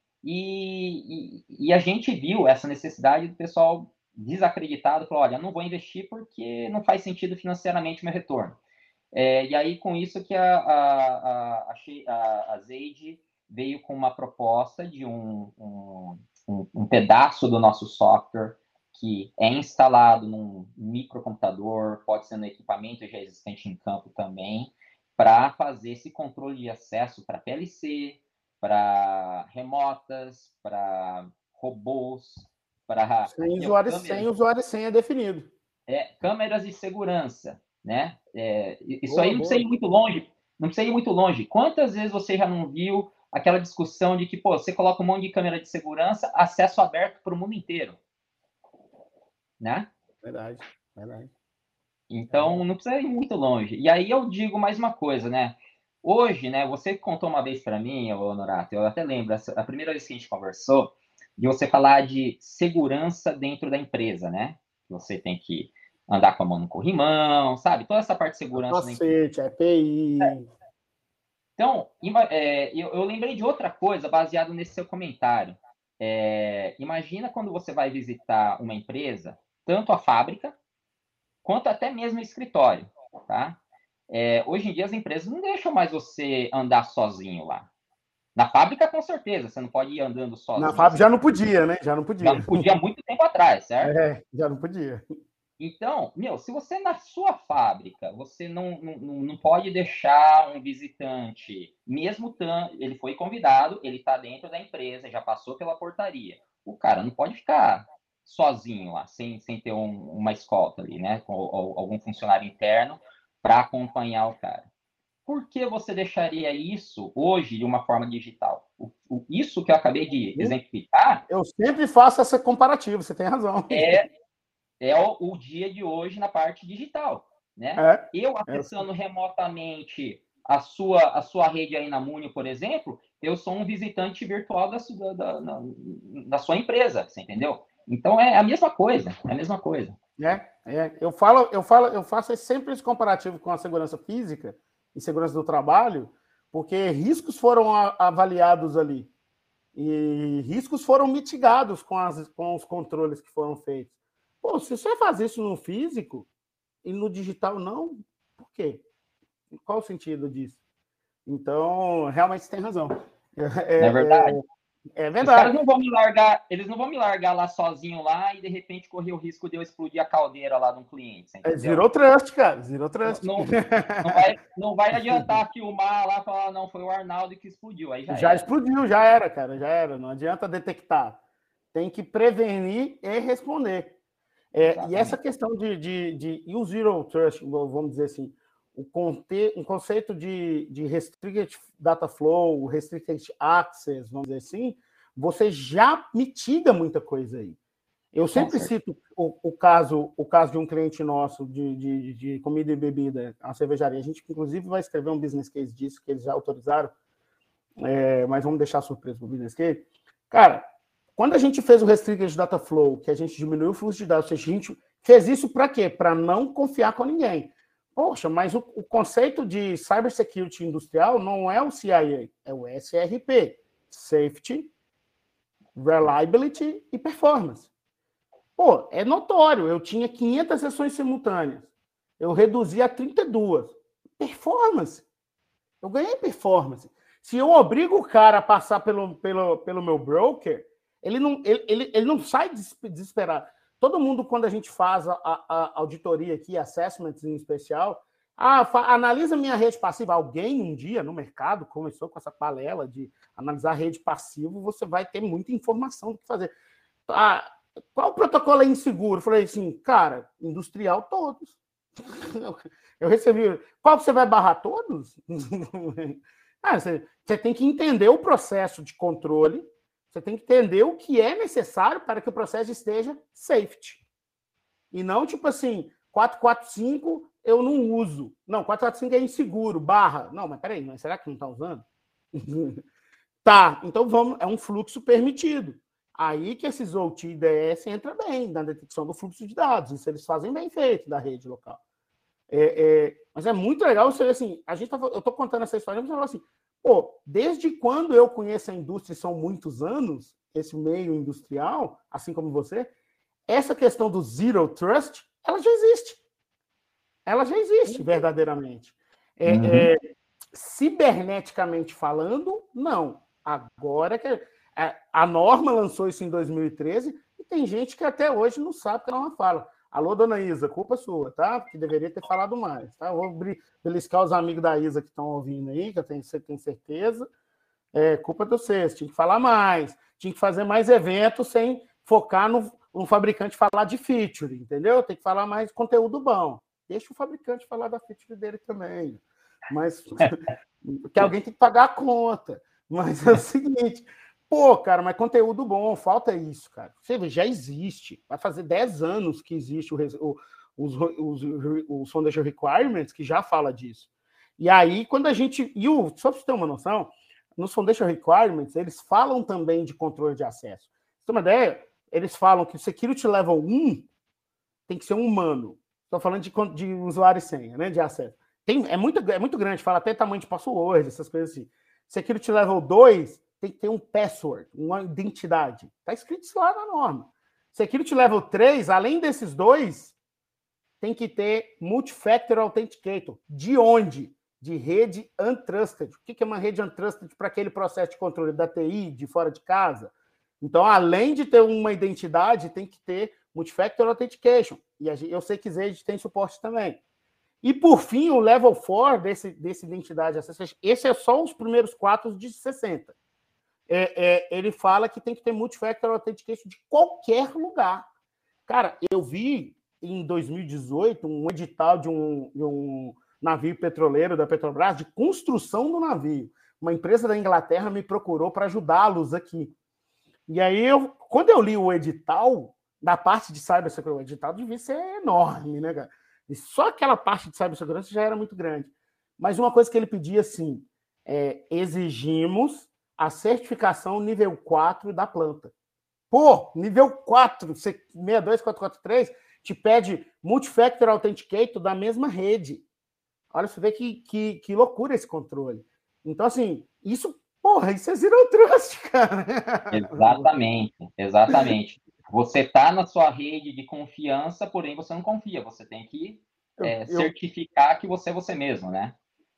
E, e, e a gente viu essa necessidade do pessoal desacreditado, falou, olha, não vou investir porque não faz sentido financeiramente o meu retorno. É, e aí, com isso que a, a, a, a, a Zade veio com uma proposta de um, um, um, um pedaço do nosso software que é instalado num microcomputador, pode ser no equipamento já existente em campo também, para fazer esse controle de acesso para P L C, para remotas, para robôs, para... Sem usuário, sem usuário e senha definido. É, câmeras de segurança, né? É, isso boa, aí não boa. precisa ir muito longe, não precisa ir muito longe. Quantas vezes você já não viu aquela discussão de que, pô, você coloca um monte de câmera de segurança, acesso aberto para o mundo inteiro, né? Verdade, verdade. Então, é. não precisa ir muito longe. E aí eu digo mais uma coisa, né? Hoje, né, você contou uma vez para mim, Honorato, eu até lembro, a primeira vez que a gente conversou, de você falar de segurança dentro da empresa, né? Você tem que andar com a mão no corrimão, sabe? Toda essa parte de segurança. Capacete, E P I. É. Então, é, eu, eu lembrei de outra coisa baseado nesse seu comentário. É, imagina quando você vai visitar uma empresa, tanto a fábrica, quanto até mesmo o escritório, tá? É, hoje em dia as empresas não deixam mais você andar sozinho lá. Na fábrica, com certeza, você não pode ir andando sozinho. Na fábrica já não podia, né? Já não podia. Já não podia há muito tempo atrás, certo? É, já não podia. Então, meu, se você na sua fábrica, você não, não, não pode deixar um visitante, mesmo tan, ele foi convidado, ele está dentro da empresa, já passou pela portaria. O cara não pode ficar sozinho lá, sem, sem ter um, uma escolta ali, né? Com, ou, algum funcionário interno para acompanhar o cara. por que você deixaria isso hoje de uma forma digital? O, o, isso que eu acabei de exemplificar... Eu sempre faço esse comparativo, você tem razão. É, é o, o dia de hoje na parte digital, né? É, eu acessando é. remotamente a sua, a sua rede aí na Munio, por exemplo, eu sou um visitante virtual da, da, da, da sua empresa, você entendeu? Então é a mesma coisa, é a mesma coisa. É, é. Eu falo, eu falo, eu faço sempre esse comparativo com a segurança física e segurança do trabalho, porque riscos foram avaliados ali e riscos foram mitigados com, as, com os controles que foram feitos. Pô, se você faz isso no físico e no digital não, por quê? Qual o sentido disso? Então, realmente você tem razão. É, é verdade. É, é verdade. Os caras não vão me largar, eles não vão me largar lá sozinho lá e de repente correr o risco de eu explodir a caldeira lá de um cliente. É zero trust, cara. Zero trust. Não, não, não, vai, não vai adiantar filmar lá e falar, não, foi o Arnaldo que explodiu. Aí já, já era. explodiu, já era, cara, já era. Não adianta detectar. Tem que prevenir e responder. É, e essa questão de, de, de e o zero trust, vamos dizer assim, o conte, um conceito de, de restricted data flow, restricted access, vamos dizer assim, você já mitiga muita coisa aí. Eu sempre Nossa. cito o, o, caso, o caso de um cliente nosso de, de, de comida e bebida, a cervejaria. A gente, inclusive, vai escrever um business case disso, que eles já autorizaram, é, mas vamos deixar surpresa para o business case. Cara, quando a gente fez o Restricted Data Flow, que a gente diminuiu o fluxo de dados, a gente fez isso para quê? Para não confiar com ninguém. Poxa, mas o, o conceito de cybersecurity industrial não é o C I A, é o S R P, Safety, Reliability e Performance. Pô, é notório, eu tinha quinhentas sessões simultâneas, eu reduzi a trinta e duas. Performance. Eu ganhei performance. Se eu obrigo o cara a passar pelo, pelo, pelo meu broker, ele não, ele, ele, ele não sai desesperado. Todo mundo, quando a gente faz a, a, a auditoria aqui, assessments em especial, ah, fa, analisa minha rede passiva. Alguém um dia no mercado começou com essa palela de analisar a rede passiva, você vai ter muita informação do que fazer. Ah, qual o protocolo é inseguro? Eu falei assim, cara, industrial todos. Eu recebi. Qual que você vai barrar todos? Ah, você, você tem que entender o processo de controle, você tem que entender o que é necessário para que o processo esteja safety. E não tipo assim, quatrocentos e quarenta e cinco eu não uso. Não, quatrocentos e quarenta e cinco é inseguro, barra. Não, mas peraí, mas será que não está usando? Tá, então vamos, é um fluxo permitido. Aí que esses O T e D S entra bem na detecção do fluxo de dados. Isso eles fazem bem feito da rede local. É, é, mas é muito legal você ver assim, a gente tá, eu estou contando essa história, mas você fala assim, pô, desde quando eu conheço a indústria, são muitos anos, esse meio industrial, assim como você, essa questão do zero trust, ela já existe. Ela já existe, verdadeiramente. É, uhum. é, ciberneticamente falando, não. Agora que a norma lançou isso em dois mil e treze e tem gente que até hoje não sabe o que a norma fala. Alô, dona Isa, culpa sua, tá? Porque deveria ter falado mais, tá? Vou beliscar os amigos da Isa que estão ouvindo aí, que eu tenho, tenho certeza. É culpa de vocês, tinha que falar mais, tinha que fazer mais eventos sem focar no, no fabricante falar de feature, entendeu? Tem que falar mais conteúdo bom. Deixa o fabricante falar da feature dele também. Mas porque alguém tem que pagar a conta. Mas é o seguinte... Pô, cara, mas conteúdo bom, falta isso, cara. Você vê, já existe. Vai fazer dez anos que existe o, o, os, os, os Foundation Requirements que já fala disso. E aí, quando a gente... E o, só para você ter uma noção, nos Foundation Requirements, eles falam também de controle de acesso. Você tem uma ideia? Eles falam que o Security Level um tem que ser um humano. Estou falando de, de usuário e senha, né, de acesso. Tem, é, muito, é muito grande, fala até tamanho de password, essas coisas assim. Security Level dois... tem que ter um password, uma identidade. Está escrito isso lá na norma. Security Level três, além desses dois, tem que ter Multifactor Authenticator. De onde? De rede untrusted. O que é uma rede untrusted para aquele processo de controle da T I, de fora de casa? Então, além de ter uma identidade, tem que ter Multifactor Authentication. E eu sei que Zed tem suporte também. E, por fim, o Level quatro desse, desse identidade. Esse é só os primeiros quatro de sessenta. É, é, ele fala que tem que ter multifactor authentication de qualquer lugar. Cara, eu vi em dois mil e dezoito um edital de um, de um, navio petroleiro da Petrobras, de construção do navio. Uma empresa da Inglaterra me procurou para ajudá-los aqui. E aí, eu, quando eu li o edital, da parte de cibersegurança, o edital devia ser enorme, né, cara? E só aquela parte de cibersegurança já era muito grande. Mas uma coisa que ele pedia, assim, é, exigimos a certificação nível quatro da planta. Pô, nível quatro, seis dois quatro quatro três, te pede multifactor authenticator da mesma rede. Olha, você vê que, que, que loucura esse controle. Então, assim, isso, porra, isso é Zero Trust, cara. Exatamente, exatamente. Você está na sua rede de confiança, porém você não confia. Você tem que é, eu, certificar que você é você mesmo, né?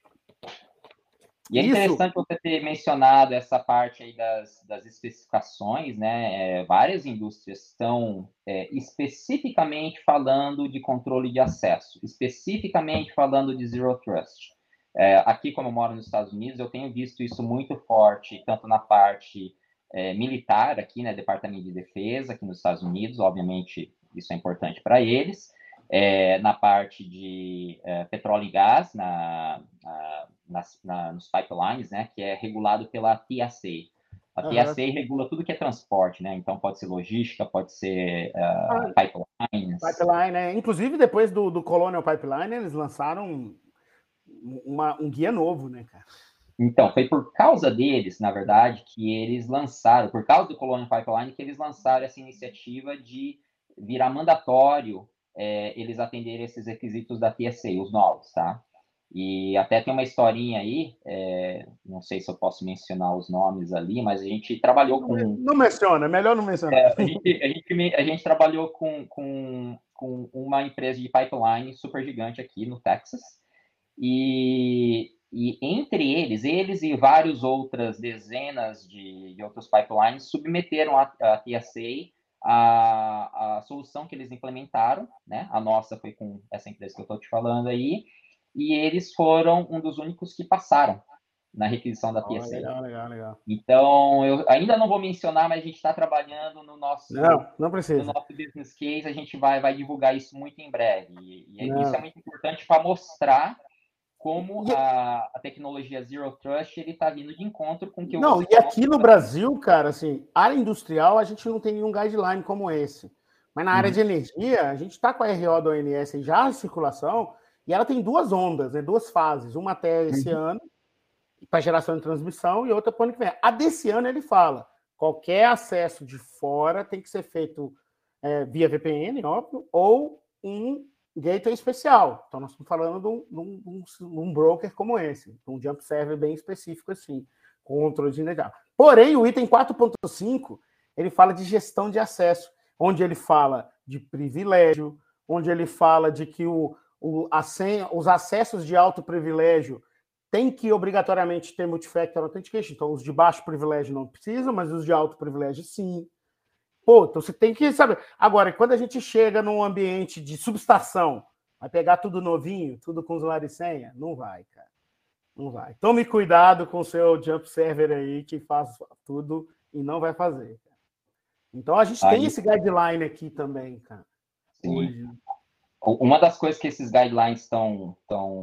E é Isso. interessante você ter mencionado essa parte aí das, das especificações, né? É, várias indústrias estão é, especificamente falando de controle de acesso, especificamente falando de Zero Trust. É, aqui, como eu moro nos Estados Unidos, eu tenho visto isso muito forte, tanto na parte é, militar, aqui, né? Departamento de Defesa, aqui nos Estados Unidos, obviamente isso é importante para eles. É, na parte de é, petróleo e gás, na, na, nas, na, nos pipelines, né, que é regulado pela T S A. A T S A uhum. regula tudo que é transporte, né? Então pode ser logística, pode ser uh, ah, pipelines. Pipeline, né? Inclusive, depois do, do Colonial Pipeline, eles lançaram uma, um guia novo, né, cara? Então, foi por causa deles, na verdade, que eles lançaram, por causa do Colonial Pipeline, que eles lançaram essa iniciativa de virar mandatório é, eles atenderem esses requisitos da T S A, os novos, tá? E até tem uma historinha aí, é, não sei se eu posso mencionar os nomes ali, mas a gente trabalhou não, com... Não menciona, é melhor não mencionar. É, a, gente, a, gente, a gente trabalhou com, com, com uma empresa de pipeline super gigante aqui no Texas, e, e entre eles, eles e várias outras dezenas de, de outros pipelines submeteram a, a T S A A, a solução que eles implementaram, né? A nossa foi com essa empresa que eu estou te falando aí, e eles foram um dos únicos que passaram na requisição da T S A. Oh, legal, legal, legal. Então, eu ainda não vou mencionar, mas a gente está trabalhando no nosso, não, não precisa. no nosso business case, a gente vai, vai divulgar isso muito em breve. E, e isso é muito importante para mostrar como a, a tecnologia Zero Trust ele está vindo de encontro com o que eu Não, e aqui no Brasil, cara, assim, área industrial, a gente não tem nenhum guideline como esse. Mas na uhum. área de energia, a gente está com a R O da O N S já em circulação, e ela tem duas ondas, né, duas fases. Uma até esse uhum. ano, para geração de transmissão, e outra para o ano que vem. A desse ano ele fala, qualquer acesso de fora tem que ser feito é, via V P N, óbvio, ou um gateway especial. Então, nós estamos falando de um, de um, de um broker como esse, um jump server bem específico assim, com controle de identidade. Porém, o item quatro ponto cinco, ele fala de gestão de acesso, onde ele fala de privilégio, onde ele fala de que o, o, a senha, os acessos de alto privilégio tem que obrigatoriamente ter multifactor authentication. Então, os de baixo privilégio não precisam, mas os de alto privilégio sim. Pô, então você tem que saber. Agora, quando a gente chega num ambiente de subestação, vai pegar tudo novinho, tudo com usuário e senha? Não vai, cara. Não vai. Tome cuidado com o seu jump server aí, que faz tudo e não vai fazer. Cara. Então, a gente aí, tem esse guideline aqui também, cara. Sim. Hoje. Uma das coisas que esses guidelines estão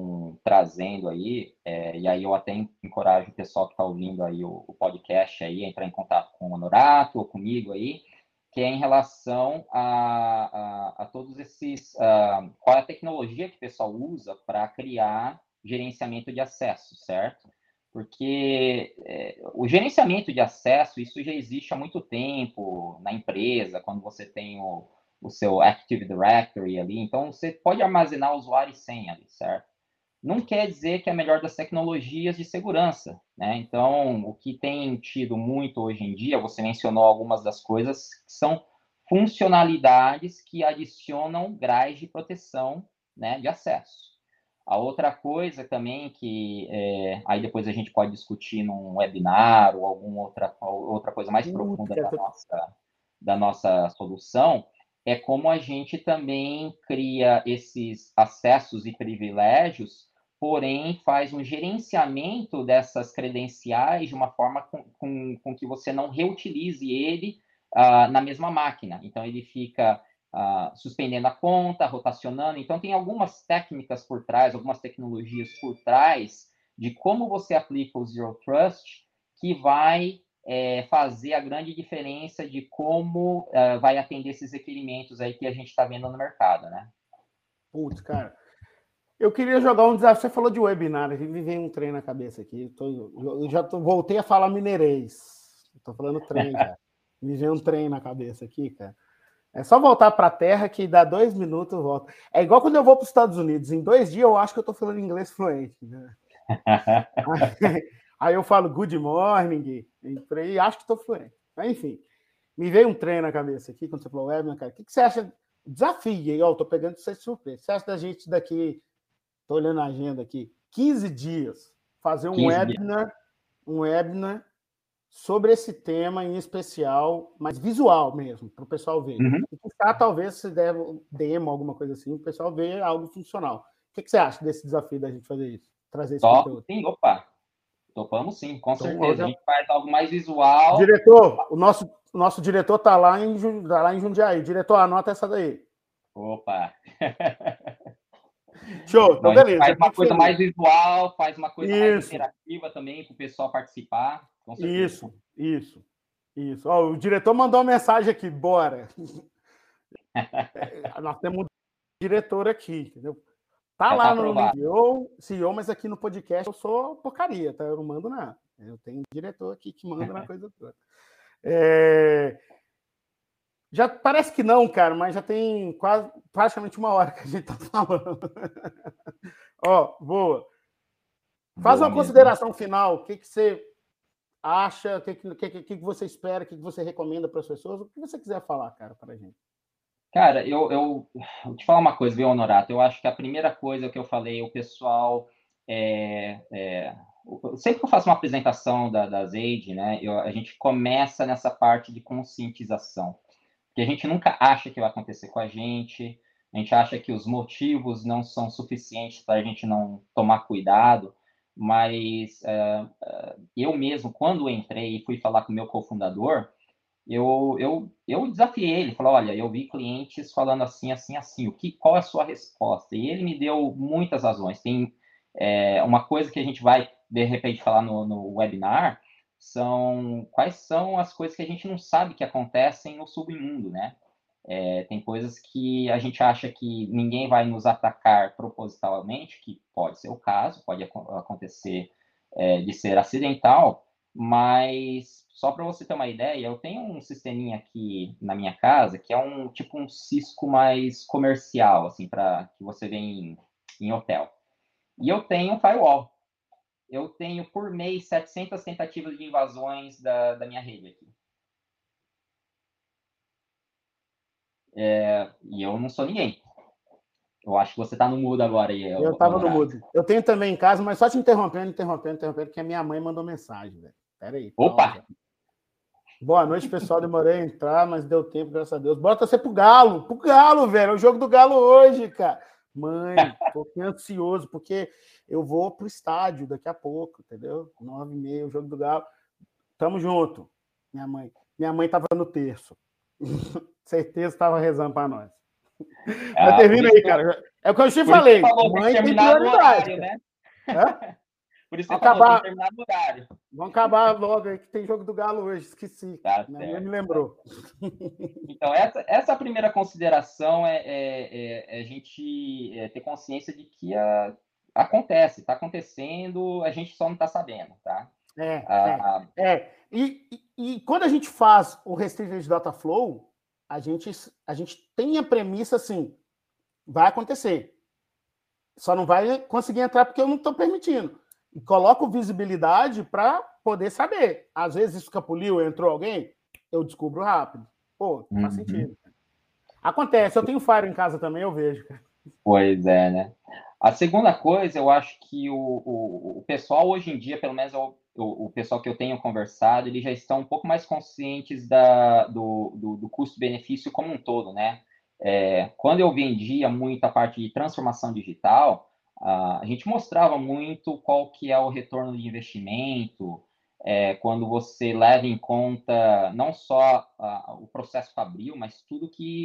trazendo aí, é, e aí eu até encorajo o pessoal que está ouvindo aí o, o podcast aí a entrar em contato com o Honorato ou comigo aí, que é em relação a, a, a todos esses... Uh, qual é a tecnologia que o pessoal usa para criar gerenciamento de acesso, certo? Porque é, o gerenciamento de acesso, isso já existe há muito tempo na empresa, quando você tem o, o seu Active Directory ali, então você pode armazenar usuário e senha ali, certo? Não quer dizer que é a melhor das tecnologias de segurança, né? Então, o que tem tido muito hoje em dia, você mencionou algumas das coisas, que são funcionalidades que adicionam graus de proteção, né, de acesso. A outra coisa também que, é, aí depois a gente pode discutir num webinar ou alguma outra, outra coisa mais profunda da nossa, da nossa solução, é como a gente também cria esses acessos e privilégios, porém faz um gerenciamento dessas credenciais de uma forma com, com, com que você não reutilize ele uh, na mesma máquina. Então, ele fica uh, suspendendo a conta, rotacionando. Então, tem algumas técnicas por trás, algumas tecnologias por trás de como você aplica o Zero Trust que vai é, fazer a grande diferença de como uh, vai atender esses requerimentos aí que a gente está vendo no mercado, né? Putz, cara. Eu queria jogar um desafio. Você falou de webinar, me vem um trem na cabeça aqui. Tô, eu já tô, voltei a falar mineirês. Estou falando trem já. Me vem um trem na cabeça aqui, cara. É só voltar para a terra que dá dois minutos eu volto. É igual quando eu vou para os Estados Unidos. Em dois dias eu acho que eu estou falando inglês fluente. Né? aí, aí eu falo good morning e acho que estou fluente. Mas, enfim, me veio um trem na cabeça aqui quando você falou webinar, cara. O que, que você acha? Desafio aí, ó. Estou pegando você de surpresa. O que você acha da gente daqui? Estou olhando a agenda aqui. quinze dias fazer um webinar, dias. um webinar sobre esse tema em especial, mas visual mesmo, para o pessoal ver. Uhum. E pensar, talvez, se der demo, alguma coisa assim, o pessoal ver algo funcional. O que, que você acha desse desafio da gente fazer isso? Trazer esse Top, conteúdo? Sim, opa. Topamos sim, com então, certeza. Já... A gente faz algo mais visual. Diretor, o nosso, o nosso diretor está lá, em, tá lá em Jundiaí. Diretor, anota essa daí. Opa! Show, então Não, beleza. Faz uma coisa feliz. mais visual, faz uma coisa isso. mais interativa também, para o pessoal participar. Com certeza. Isso, isso, isso. Ó, o diretor mandou uma mensagem aqui, bora. Nós temos um diretor aqui, entendeu? Tá Já lá tá no C E O, C E O, mas aqui no podcast eu sou porcaria, tá? Eu não mando nada. Eu tenho um diretor aqui que manda na coisa toda. É... Já parece que não, cara, mas já tem quase praticamente uma hora que a gente tá falando. Ó, boa. Faz boa uma mesmo. Consideração final. O que, que você acha? O que, que, que, que você espera? O que, que você recomenda para as pessoas? O que você quiser falar, cara, para a gente. Cara, eu, eu vou te falar uma coisa, viu, Honorato? Eu acho que a primeira coisa que eu falei, o pessoal. É, é, sempre que eu faço uma apresentação da, da Zaid, né, eu, a gente começa nessa parte de conscientização. Porque a gente nunca acha que vai acontecer com a gente, a gente acha que os motivos não são suficientes para a gente não tomar cuidado, mas uh, uh, eu mesmo, quando entrei e fui falar com o meu cofundador, eu, eu, eu desafiei ele, falei, olha, eu vi clientes falando assim, assim, assim, o que, qual é a sua resposta? E ele me deu muitas razões. Tem é, uma coisa que a gente vai, de repente, falar no, no webinar, são quais são as coisas que a gente não sabe que acontecem no submundo, né? É, tem coisas que a gente acha que ninguém vai nos atacar propositalmente, que pode ser o caso, pode ac acontecer é, de ser acidental, mas só para você ter uma ideia, eu tenho um sisteminha aqui na minha casa que é um tipo um Cisco mais comercial, assim, para que você vê em, em hotel. E eu tenho um firewall. Eu tenho por mês setecentas tentativas de invasões da, da minha rede aqui. É, e eu não sou ninguém. Eu acho que você está no mudo agora. Aí, eu estava no mudo. Eu tenho também em casa, mas só te interrompendo, interrompendo, interrompendo, porque a minha mãe mandou mensagem, velho. Pera aí. Opa! Pausa. Boa noite, pessoal. Demorei a entrar, mas deu tempo, graças a Deus. Bora torcer pro Galo. Pro Galo, velho. É o jogo do Galo hoje, cara. Mãe, tô ansioso, porque eu vou pro estádio daqui a pouco, entendeu? Nove e meia, o jogo do Galo. Tamo junto, minha mãe. Minha mãe tava no terço. Certeza tava rezando para nós. Ah, mas termina aí, cara. É o que eu te falei. Mãe tem prioridade. Horário, né? Por isso que você falou, tem que terminar no horário. Vamos acabar logo aí, que tem jogo do Galo hoje, esqueci. Tá Minha mãe me lembrou. Então, essa, essa primeira consideração é, é, é a gente é, ter consciência de que a, acontece, está acontecendo, a gente só não está sabendo, tá? É, ah, é, é. E, e, e quando a gente faz o Restricted Data Flow, a gente, a gente tem a premissa assim, vai acontecer. Só não vai conseguir entrar porque eu não estou permitindo. E coloco visibilidade para poder saber. Às vezes escapuliu, entrou alguém, eu descubro rápido. Pô, faz uhum. sentido. Acontece, eu tenho Fire em casa também, eu vejo. Pois é, né? A segunda coisa, eu acho que o, o, o pessoal hoje em dia, pelo menos o, o, o pessoal que eu tenho conversado, eles já estão um pouco mais conscientes da, do, do, do custo-benefício como um todo, né? É, quando eu vendia muito a parte de transformação digital, a gente mostrava muito qual que é o retorno de investimento, é, quando você leva em conta não só a, o processo fabril, mas tudo que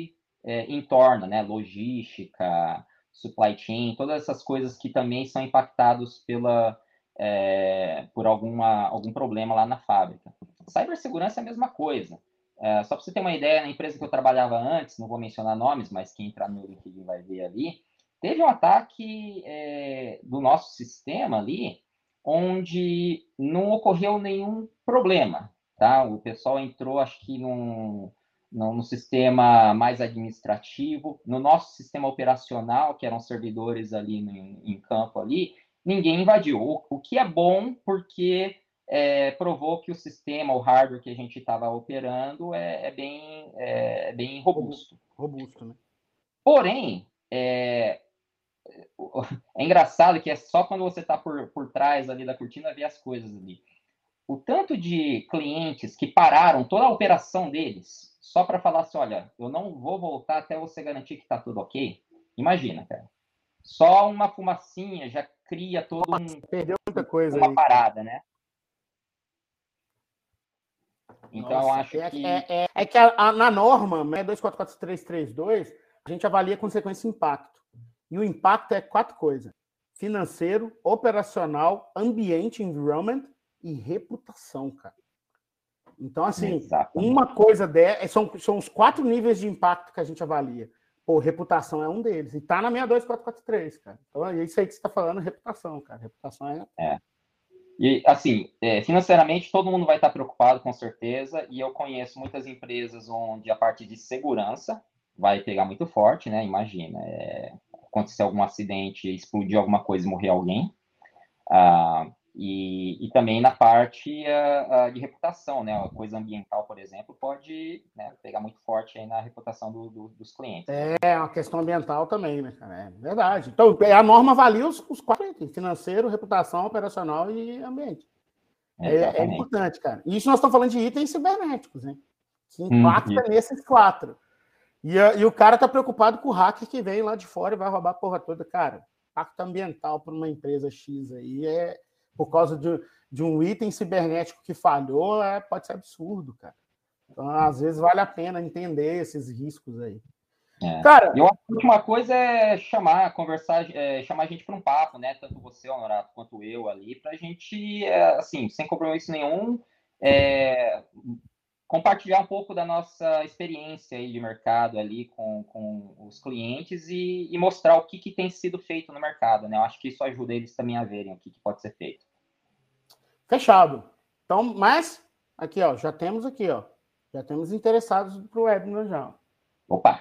é, em torno, né? Logística, supply chain, todas essas coisas que também são impactados pela, é, por alguma, algum problema lá na fábrica. Cibersegurança é a mesma coisa. É, só para você ter uma ideia, na empresa que eu trabalhava antes, não vou mencionar nomes, mas quem entrar no LinkedIn vai ver ali, teve um ataque é, do nosso sistema ali, onde não ocorreu nenhum problema, tá? O pessoal entrou, acho que num, num sistema mais administrativo, no nosso sistema operacional, que eram servidores ali em, em campo ali, ninguém invadiu, o, o que é bom porque é, provou que o sistema, o hardware que a gente estava operando é, é, bem, é, é bem robusto. Robusto, né? Porém, é, é engraçado que é só quando você está por, por trás ali da cortina ver as coisas ali. O tanto de clientes que pararam toda a operação deles só para falar assim, olha, eu não vou voltar até você garantir que está tudo ok. Imagina, cara. Só uma fumacinha já cria todo um... Perdeu muita coisa uma aí. parada, né? Então, Nossa, eu acho é, que... É, é, é que a, a, na norma, né, dois quatro quatro três três dois, a gente avalia consequência e impacto. E o impacto é quatro coisas. Financeiro, operacional, ambiente, environment e reputação, cara. Então, assim, exatamente. Uma coisa dessa... São, são os quatro níveis de impacto que a gente avalia. Pô, reputação é um deles. E tá na sessenta e dois quatro quatro três, cara. Então, é isso aí que você tá falando, reputação, cara. Reputação é... É. E, assim, é, financeiramente, todo mundo vai estar preocupado, com certeza. E eu conheço muitas empresas onde a parte de segurança vai pegar muito forte, né? Imagina, é, acontecer algum acidente, explodir alguma coisa e morrer alguém. Ah, e, e também na parte uh, uh, de reputação, né? A coisa ambiental, por exemplo, pode, né, pegar muito forte aí na reputação do, do, dos clientes. É, uma questão ambiental também, né, cara? É verdade. Então, a norma avalia os, os quatro itens: financeiro, reputação, operacional e ambiente. É, é importante, cara. E isso nós estamos falando de itens cibernéticos, né? Que impacta hum, nesses quatro. E, a, e o cara tá preocupado com o hacker que vem lá de fora e vai roubar a porra toda. Cara, impacto ambiental para uma empresa X aí é... por causa de, de um item cibernético que falhou, é, pode ser absurdo, cara. Então, às vezes, vale a pena entender esses riscos aí. É. Cara, eu acho que a última coisa é chamar, conversar, é, chamar a gente para um papo, né? Tanto você, Honorato, quanto eu ali, para a gente, é, assim, sem compromisso nenhum, é, compartilhar um pouco da nossa experiência aí de mercado ali com, com os clientes e, e mostrar o que, que tem sido feito no mercado, né? Eu acho que isso ajuda eles também a verem o que, que pode ser feito. Fechado. Então, mas, aqui, ó, já temos aqui, ó, já temos interessados para o webinar já. Opa!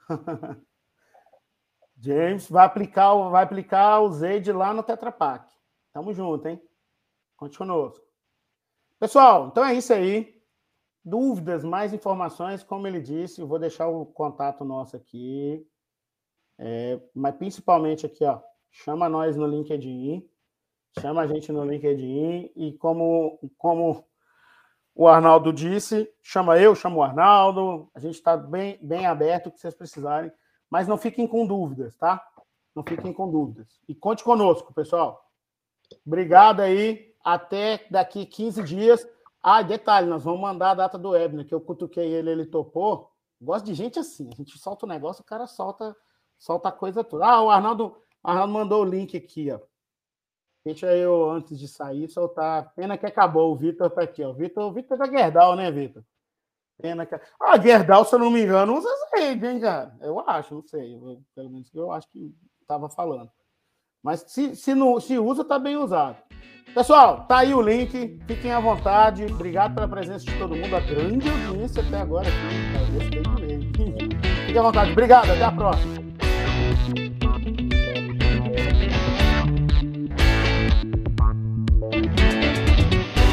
James vai aplicar, vai aplicar o Zed lá no Tetra Pak. Tamo junto, hein? Conte conosco. Pessoal, então é isso aí. Dúvidas, mais informações, como ele disse, eu vou deixar o contato nosso aqui. É, mas principalmente aqui, ó, chama nós no LinkedIn, chama a gente no LinkedIn e como, como o Arnaldo disse, chama eu, chama o Arnaldo, a gente está bem, bem aberto, o que vocês precisarem, mas não fiquem com dúvidas, tá? Não fiquem com dúvidas. E conte conosco, pessoal. Obrigado aí, até daqui quinze dias. Ah, detalhe, nós vamos mandar a data do webinar, que eu cutuquei ele, ele topou. Gosto de gente assim, a gente solta o negócio, o cara solta, solta a coisa toda. Ah, o Arnaldo, o Arnaldo mandou o link aqui, ó. Deixa eu, antes de sair, soltar. Pena que acabou, o Vitor tá aqui, ó. O Vitor, o Vitor é da Gerdau, né, Vitor? Pena que... Ah, Gerdau, se eu não me engano, usa rede, hein, cara? Eu acho, não sei. Eu, pelo menos eu acho que estava falando. Mas se, se, não, se usa, tá bem usado. Pessoal, tá aí o link. Fiquem à vontade. Obrigado pela presença de todo mundo. A grande audiência até agora aqui. Gostei de ver. Fiquem à vontade. Obrigado. Até a próxima.